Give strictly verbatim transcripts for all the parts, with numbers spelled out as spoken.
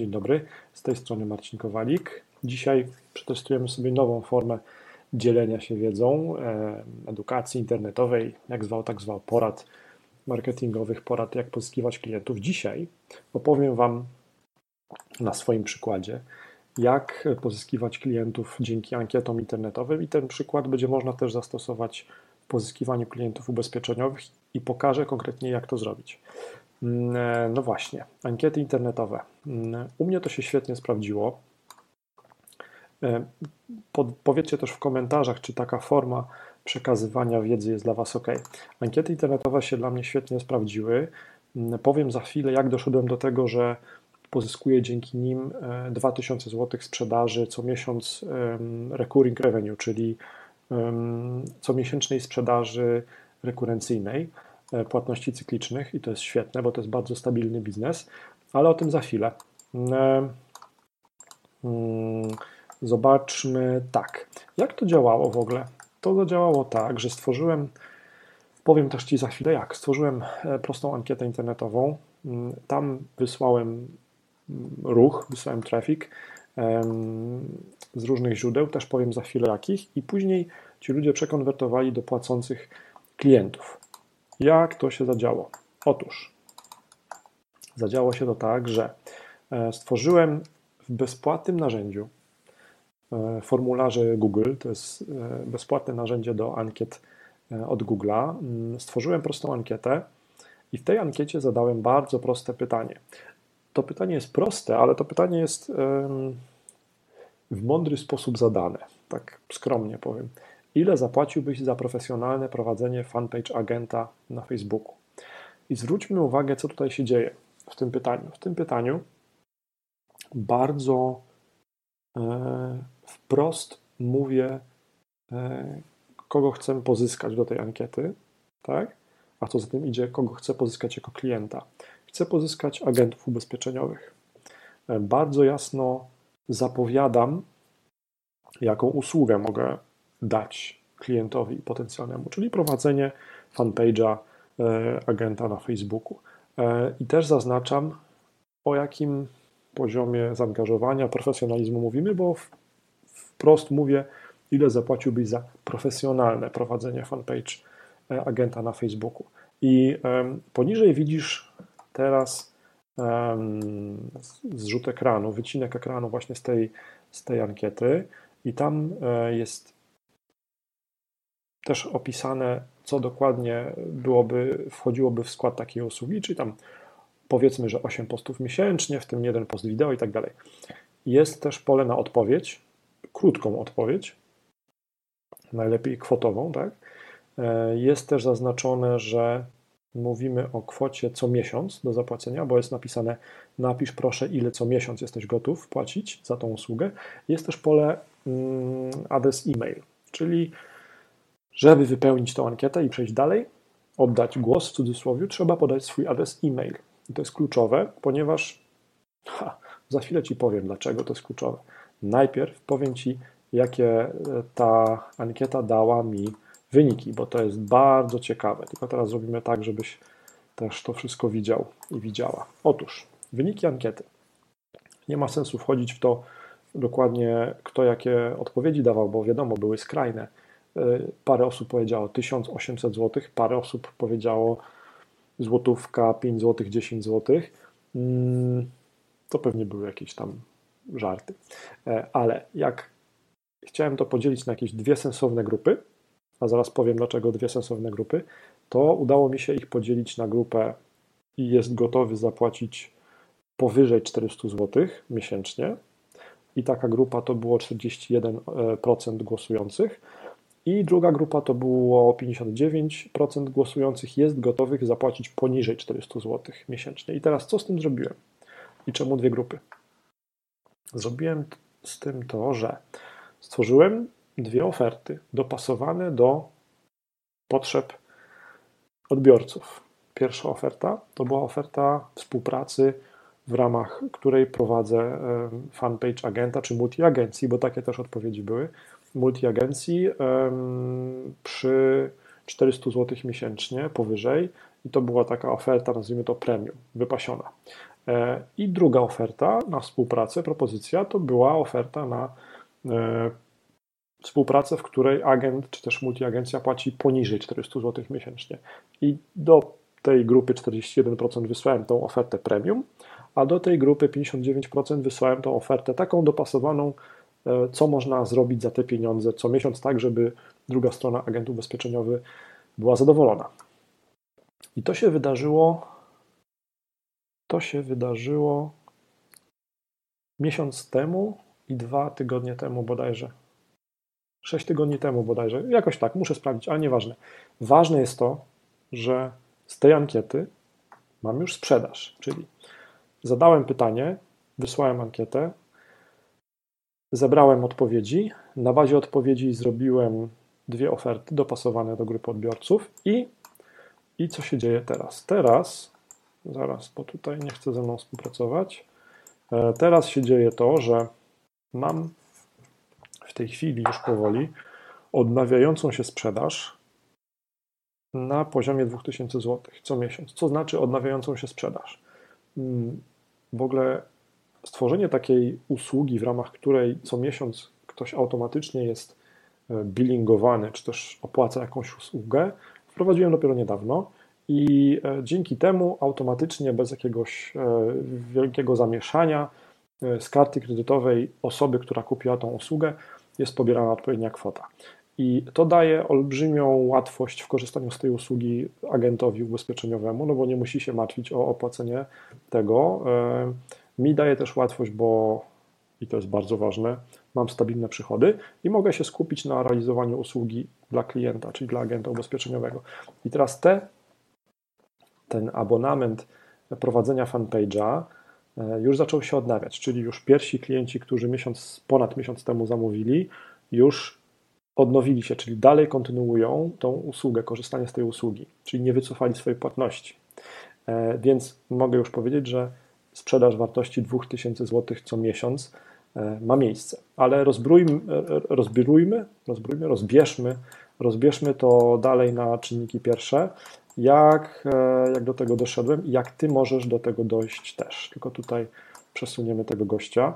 dzień dobry. Z tej strony Marcin Kowalik. Dzisiaj przetestujemy sobie nową formę dzielenia się wiedzą, e, edukacji internetowej, jak zwał, tak zwał, porad marketingowych, porad, jak pozyskiwać klientów. Dzisiaj opowiem Wam na swoim przykładzie, jak pozyskiwać klientów dzięki ankietom internetowym i ten przykład będzie można też zastosować w pozyskiwaniu klientów ubezpieczeniowych i pokażę konkretnie, jak to zrobić. No właśnie, ankiety internetowe. U mnie to się świetnie sprawdziło. Powiedzcie też w komentarzach, czy taka forma przekazywania wiedzy jest dla Was ok. Ankiety internetowe się dla mnie świetnie sprawdziły. Powiem za chwilę, jak doszedłem do tego, że pozyskuję dzięki nim dwa tysiące złotych sprzedaży co miesiąc recurring revenue, czyli comiesięcznej sprzedaży rekurencyjnej, płatności cyklicznych i to jest świetne, bo to jest bardzo stabilny biznes, ale o tym za chwilę. Zobaczmy tak, jak to działało w ogóle. To zadziałało tak, że stworzyłem, powiem też Ci za chwilę jak, stworzyłem prostą ankietę internetową, tam wysłałem ruch, wysłałem traffic z różnych źródeł, też powiem za chwilę jakich i później ci ludzie przekonwertowali do płacących klientów. Jak to się zadziało? Otóż zadziało się to tak, że stworzyłem w bezpłatnym narzędziu formularze Google, to jest bezpłatne narzędzie do ankiet od Google'a. Stworzyłem prostą ankietę i w tej ankiecie zadałem bardzo proste pytanie. To pytanie jest proste, ale to pytanie jest w mądry sposób zadane, tak skromnie powiem. Ile zapłaciłbyś za profesjonalne prowadzenie fanpage agenta na Facebooku? I zwróćmy uwagę, co tutaj się dzieje w tym pytaniu. W tym pytaniu bardzo e, wprost mówię, e, kogo chcę pozyskać do tej ankiety, tak? A co za tym idzie, kogo chcę pozyskać jako klienta. Chcę pozyskać agentów ubezpieczeniowych. E, bardzo jasno zapowiadam, jaką usługę mogę dać klientowi potencjalnemu, czyli prowadzenie fanpage'a agenta na Facebooku. I też zaznaczam, o jakim poziomie zaangażowania, profesjonalizmu mówimy, bo wprost mówię, ile zapłaciłbyś za profesjonalne prowadzenie fanpage agenta na Facebooku. I poniżej widzisz teraz zrzut ekranu, wycinek ekranu właśnie z tej, z tej ankiety i tam jest też opisane, co dokładnie byłoby, wchodziłoby w skład takiej usługi, czyli tam powiedzmy, że osiem postów miesięcznie, w tym jeden post wideo i tak dalej. Jest też pole na odpowiedź, krótką odpowiedź, najlepiej kwotową, tak? Jest też zaznaczone, że mówimy o kwocie co miesiąc do zapłacenia, bo jest napisane napisz proszę, ile co miesiąc jesteś gotów płacić za tą usługę. Jest też pole mm, adres e-mail, czyli żeby wypełnić tą ankietę i przejść dalej, oddać głos w cudzysłowie, trzeba podać swój adres e-mail. I to jest kluczowe, ponieważ ha, za chwilę Ci powiem, dlaczego to jest kluczowe. Najpierw powiem Ci, jakie ta ankieta dała mi wyniki, bo to jest bardzo ciekawe. Tylko teraz zrobimy tak, żebyś też to wszystko widział i widziała. Otóż, wyniki ankiety. Nie ma sensu wchodzić w to dokładnie, kto jakie odpowiedzi dawał, bo wiadomo, były skrajne. Parę osób powiedziało tysiąc osiemset złotych, parę osób powiedziało złotówka, pięć złotych, dziesięć złotych. To pewnie były jakieś tam żarty. Ale jak chciałem to podzielić na jakieś dwie sensowne grupy, a zaraz powiem dlaczego dwie sensowne grupy, to udało mi się ich podzielić na grupę i jest gotowy zapłacić powyżej czterysta złotych miesięcznie. I taka grupa to było czterdzieści jeden procent głosujących. I druga grupa to było pięćdziesiąt dziewięć procent głosujących jest gotowych zapłacić poniżej czterysta złotych miesięcznie. I teraz co z tym zrobiłem? I czemu dwie grupy? Zrobiłem z tym to, że stworzyłem dwie oferty dopasowane do potrzeb odbiorców. Pierwsza oferta to była oferta współpracy, w ramach której prowadzę fanpage agenta czy multi-agencji, bo takie też odpowiedzi były. Multi-agencji przy czterysta złotych miesięcznie powyżej i to była taka oferta, nazwijmy to premium, wypasiona. I druga oferta na współpracę, propozycja, to była oferta na współpracę, w której agent czy też multiagencja płaci poniżej czterysta złotych miesięcznie. I do tej grupy czterdzieści jeden procent wysłałem tą ofertę premium, a do tej grupy pięćdziesiąt dziewięć procent wysłałem tą ofertę taką dopasowaną, co można zrobić za te pieniądze co miesiąc, tak żeby druga strona, agent ubezpieczeniowy, była zadowolona. I to się wydarzyło, to się wydarzyło miesiąc temu i dwa tygodnie temu bodajże. Sześć tygodni temu bodajże. Jakoś tak, muszę sprawdzić, ale nieważne. Ważne jest to, że z tej ankiety mam już sprzedaż, czyli zadałem pytanie, wysłałem ankietę, zebrałem odpowiedzi, na bazie odpowiedzi zrobiłem dwie oferty dopasowane do grupy odbiorców i, i co się dzieje teraz? Teraz, zaraz, bo tutaj nie chce ze mną współpracować, teraz się dzieje to, że mam w tej chwili już powoli odnawiającą się sprzedaż na poziomie dwa tysiące złotych co miesiąc. Co znaczy odnawiającą się sprzedaż? W ogóle stworzenie takiej usługi, w ramach której co miesiąc ktoś automatycznie jest billingowany, czy też opłaca jakąś usługę, wprowadziłem dopiero niedawno i dzięki temu automatycznie, bez jakiegoś wielkiego zamieszania, z karty kredytowej osoby, która kupiła tą usługę, jest pobierana odpowiednia kwota. I to daje olbrzymią łatwość w korzystaniu z tej usługi agentowi ubezpieczeniowemu, no bo nie musi się martwić o opłacenie tego. Mi daje też łatwość, bo, i to jest bardzo ważne, mam stabilne przychody i mogę się skupić na realizowaniu usługi dla klienta, czyli dla agenta ubezpieczeniowego. I teraz te, ten abonament prowadzenia fanpage'a już zaczął się odnawiać, czyli już pierwsi klienci, którzy miesiąc, ponad miesiąc temu zamówili, już odnowili się, czyli dalej kontynuują tą usługę, korzystanie z tej usługi, czyli nie wycofali swojej płatności. Więc mogę już powiedzieć, że sprzedaż wartości dwa tysiące złotych co miesiąc ma miejsce. Ale rozbrójmy, rozbierujmy, rozbrójmy, rozbierzmy, rozbierzmy to dalej na czynniki pierwsze, jak, jak do tego doszedłem i jak Ty możesz do tego dojść też. Tylko tutaj przesuniemy tego gościa.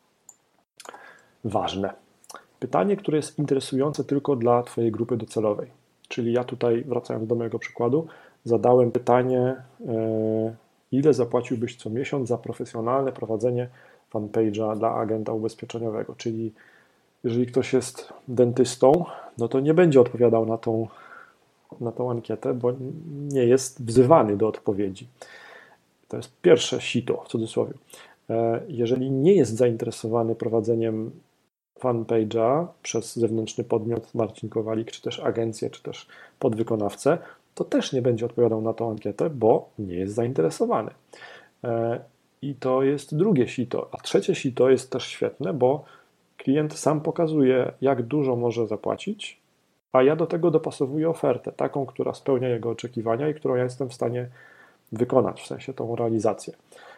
Ważne. Pytanie, które jest interesujące tylko dla Twojej grupy docelowej. Czyli ja tutaj, wracając do mojego przykładu, zadałem pytanie, ile zapłaciłbyś co miesiąc za profesjonalne prowadzenie fanpage'a dla agenta ubezpieczeniowego. Czyli jeżeli ktoś jest dentystą, no to nie będzie odpowiadał na tą, na tą ankietę, bo nie jest wzywany do odpowiedzi. To jest pierwsze sito, w cudzysłowie. Jeżeli nie jest zainteresowany prowadzeniem fanpage'a przez zewnętrzny podmiot, Marcin Kowalik, czy też agencję, czy też podwykonawcę, to też nie będzie odpowiadał na tą ankietę, bo nie jest zainteresowany. I to jest drugie sito. A trzecie sito jest też świetne, bo klient sam pokazuje, jak dużo może zapłacić, a ja do tego dopasowuję ofertę, taką, która spełnia jego oczekiwania i którą ja jestem w stanie wykonać, w sensie tą realizację.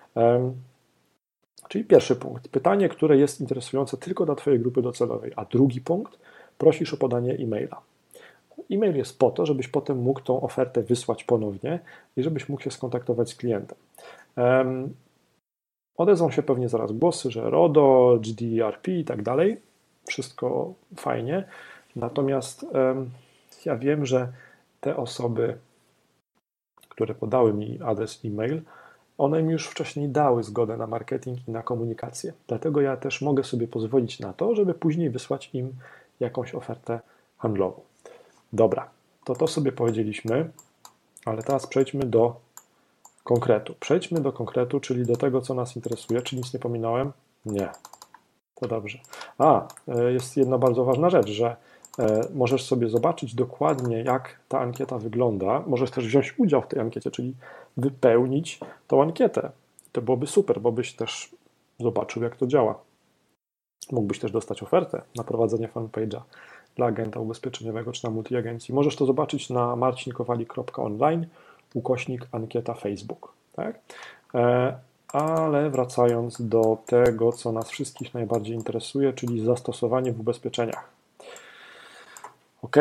Czyli pierwszy punkt, pytanie, które jest interesujące tylko dla Twojej grupy docelowej, a drugi punkt, prosisz o podanie e-maila. E-mail jest po to, żebyś potem mógł tą ofertę wysłać ponownie i żebyś mógł się skontaktować z klientem. Um, odezwą się pewnie zaraz głosy, że RODO, G D R P i tak dalej, wszystko fajnie, natomiast um, ja wiem, że te osoby, które podały mi adres e-mail, one mi już wcześniej dały zgodę na marketing i na komunikację. Dlatego ja też mogę sobie pozwolić na to, żeby później wysłać im jakąś ofertę handlową. Dobra, to to sobie powiedzieliśmy, ale teraz przejdźmy do konkretu. Przejdźmy do konkretu, czyli do tego, co nas interesuje. Czy nic nie pominąłem? Nie. To dobrze. A, jest jedna bardzo ważna rzecz, że możesz sobie zobaczyć dokładnie, jak ta ankieta wygląda. Możesz też wziąć udział w tej ankiecie, czyli wypełnić tą ankietę. To byłoby super, bo byś też zobaczył, jak to działa. Mógłbyś też dostać ofertę na prowadzenie fanpage'a dla agenta ubezpieczeniowego czy na multiagencji. Możesz to zobaczyć na marcinkowalik kropka online ukośnik ankieta Facebook. Tak? Ale wracając do tego, co nas wszystkich najbardziej interesuje, czyli zastosowanie w ubezpieczeniach. Ok.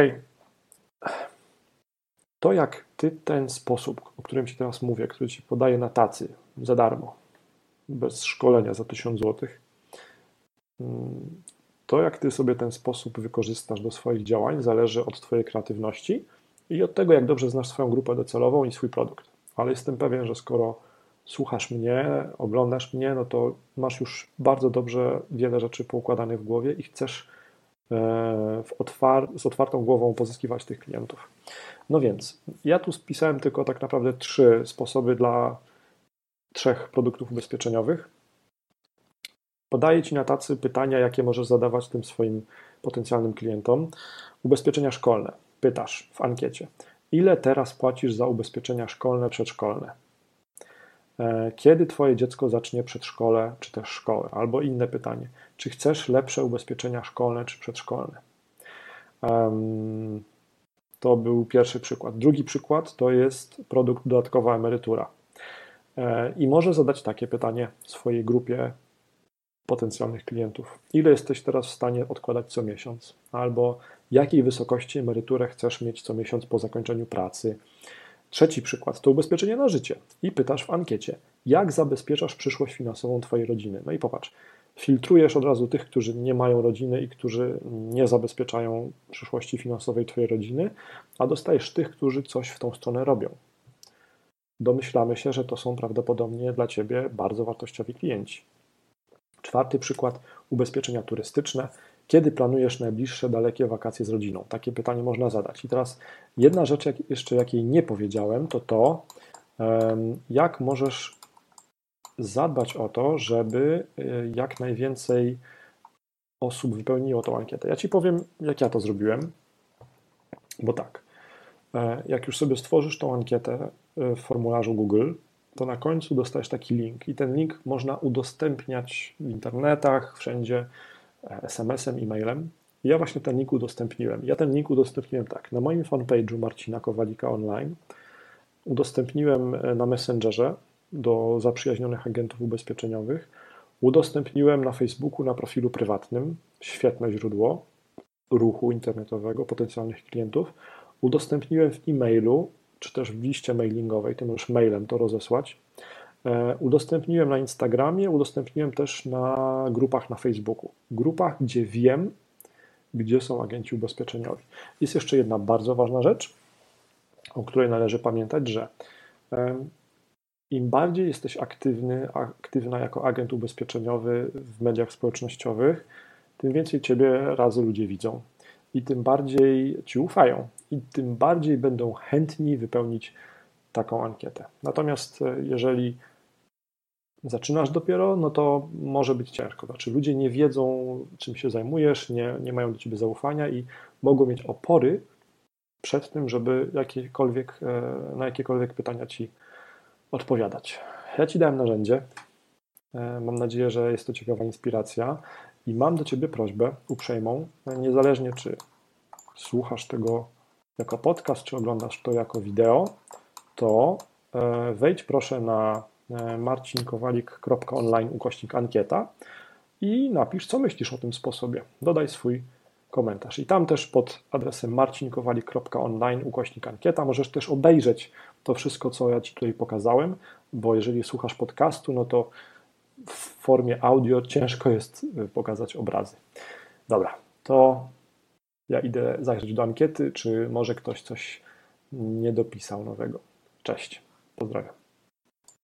To jak Ty ten sposób, o którym Ci teraz mówię, który Ci podaję na tacy za darmo, bez szkolenia za tysiąc złotych. To, jak ty sobie ten sposób wykorzystasz do swoich działań, zależy od twojej kreatywności i od tego, jak dobrze znasz swoją grupę docelową i swój produkt. Ale jestem pewien, że skoro słuchasz mnie, oglądasz mnie, no to masz już bardzo dobrze wiele rzeczy poukładanych w głowie i chcesz w otwar- z otwartą głową pozyskiwać tych klientów. No więc, ja tu spisałem tylko tak naprawdę trzy sposoby dla trzech produktów ubezpieczeniowych. Podaję Ci na tacy pytania, jakie możesz zadawać tym swoim potencjalnym klientom. Ubezpieczenia szkolne. Pytasz w ankiecie, ile teraz płacisz za ubezpieczenia szkolne, przedszkolne? Kiedy Twoje dziecko zacznie przedszkole, czy też szkołę? Albo inne pytanie, czy chcesz lepsze ubezpieczenia szkolne, czy przedszkolne? Um, to był pierwszy przykład. Drugi przykład to jest produkt dodatkowa emerytura. I może zadać takie pytanie swojej grupie potencjalnych klientów. Ile jesteś teraz w stanie odkładać co miesiąc? Albo jakiej wysokości emeryturę chcesz mieć co miesiąc po zakończeniu pracy? Trzeci przykład to ubezpieczenie na życie. I pytasz w ankiecie, jak zabezpieczasz przyszłość finansową Twojej rodziny? No i popatrz, filtrujesz od razu tych, którzy nie mają rodziny i którzy nie zabezpieczają przyszłości finansowej Twojej rodziny, a dostajesz tych, którzy coś w tą stronę robią. Domyślamy się, że to są prawdopodobnie dla Ciebie bardzo wartościowi klienci. Czwarty przykład, ubezpieczenia turystyczne. Kiedy planujesz najbliższe, dalekie wakacje z rodziną? Takie pytanie można zadać. I teraz jedna rzecz, jak jeszcze jakiej nie powiedziałem, to to, jak możesz zadbać o to, żeby jak najwięcej osób wypełniło tą ankietę. Ja Ci powiem, jak ja to zrobiłem, bo tak, jak już sobie stworzysz tą ankietę w formularzu Google, to na końcu dostajesz taki link i ten link można udostępniać w internetach, wszędzie, es em esem, e-mailem. I ja właśnie ten link udostępniłem. Ja ten link udostępniłem tak, na moim fanpage'u Marcina Kowalika Online, udostępniłem na Messengerze do zaprzyjaźnionych agentów ubezpieczeniowych, udostępniłem na Facebooku na profilu prywatnym, świetne źródło ruchu internetowego potencjalnych klientów, udostępniłem w e-mailu, czy też w liście mailingowej, tym już mailem to rozesłać. Udostępniłem na Instagramie, udostępniłem też na grupach na Facebooku. Grupach, gdzie wiem, gdzie są agenci ubezpieczeniowi. Jest jeszcze jedna bardzo ważna rzecz, o której należy pamiętać, że im bardziej jesteś aktywny, aktywna jako agent ubezpieczeniowy w mediach społecznościowych, tym więcej Ciebie razy ludzie widzą i tym bardziej Ci ufają i tym bardziej będą chętni wypełnić taką ankietę. Natomiast jeżeli zaczynasz dopiero, no to może być ciężko. Znaczy ludzie nie wiedzą, czym się zajmujesz, nie, nie mają do Ciebie zaufania i mogą mieć opory przed tym, żeby jakiekolwiek, na jakiekolwiek pytania Ci odpowiadać. Ja Ci dałem narzędzie. Mam nadzieję, że jest to ciekawa inspiracja i mam do Ciebie prośbę uprzejmą, niezależnie czy słuchasz tego jako podcast, czy oglądasz to jako wideo, to wejdź proszę na marcinkowalik kropka online ukośnik ankieta i napisz, co myślisz o tym sposobie. Dodaj swój komentarz. I tam też pod adresem marcinkowalik kropka online ukośnik ankieta możesz też obejrzeć to wszystko, co ja Ci tutaj pokazałem, bo jeżeli słuchasz podcastu, no to w formie audio ciężko jest pokazać obrazy. Dobra, to ja idę zajrzeć do ankiety, czy może ktoś coś nie dopisał nowego. Cześć, pozdrawiam.